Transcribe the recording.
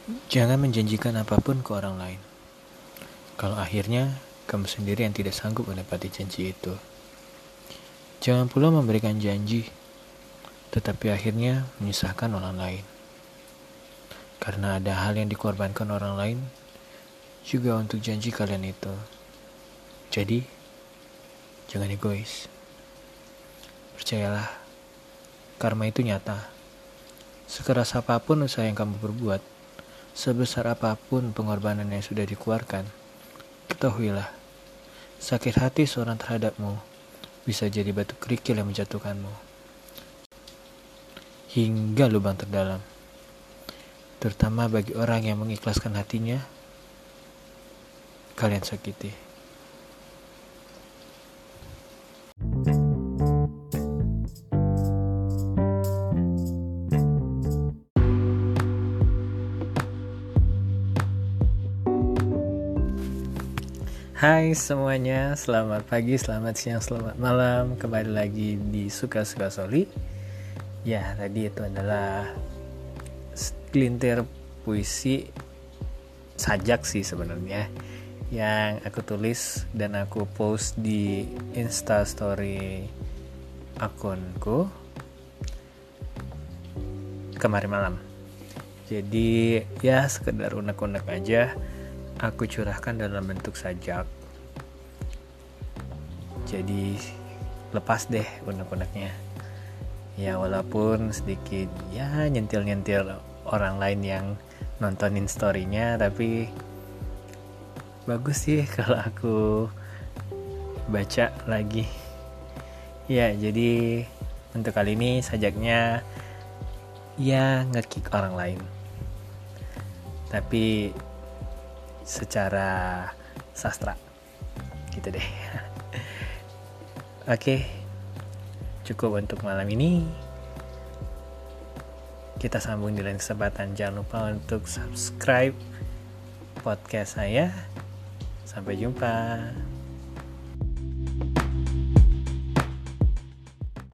Jangan menjanjikan apapun ke orang lain, kalau akhirnya kamu sendiri yang tidak sanggup menepati janji itu. Jangan pula memberikan janji, tetapi akhirnya menyusahkan orang lain. Karena ada hal yang dikorbankan orang lain, juga untuk janji kalian itu. Jadi, jangan egois. Percayalah, karma itu nyata. Sekeras apapun usaha yang kamu berbuat, sebesar apapun pengorbanan yang sudah dikeluarkan, ketahuilah, sakit hati seorang terhadapmu bisa jadi batu kerikil yang menjatuhkanmu hingga lubang terdalam. Terutama bagi orang yang mengikhlaskan hatinya, kalian sakiti. Hai semuanya, selamat pagi, selamat siang, selamat malam. Kembali lagi di Suka-Suka Soli. Ya, tadi itu adalah segelintir puisi sajak sih sebenarnya yang aku tulis dan aku post di Instastory akunku kemarin malam. Jadi ya sekedar unek-unek aja aku curahkan dalam bentuk sajak. Jadi lepas deh unek-uneknya. Ya walaupun sedikit ya nyentil-nyentil orang lain yang nontonin story-nya, tapi bagus sih kalau aku baca lagi. Ya jadi untuk kali ini sajaknya ya nge-kick orang lain, tapi secara sastra gitu deh. Oke, cukup untuk malam ini. Kita sambung di lain kesempatan. Jangan lupa untuk subscribe podcast saya. Sampai jumpa.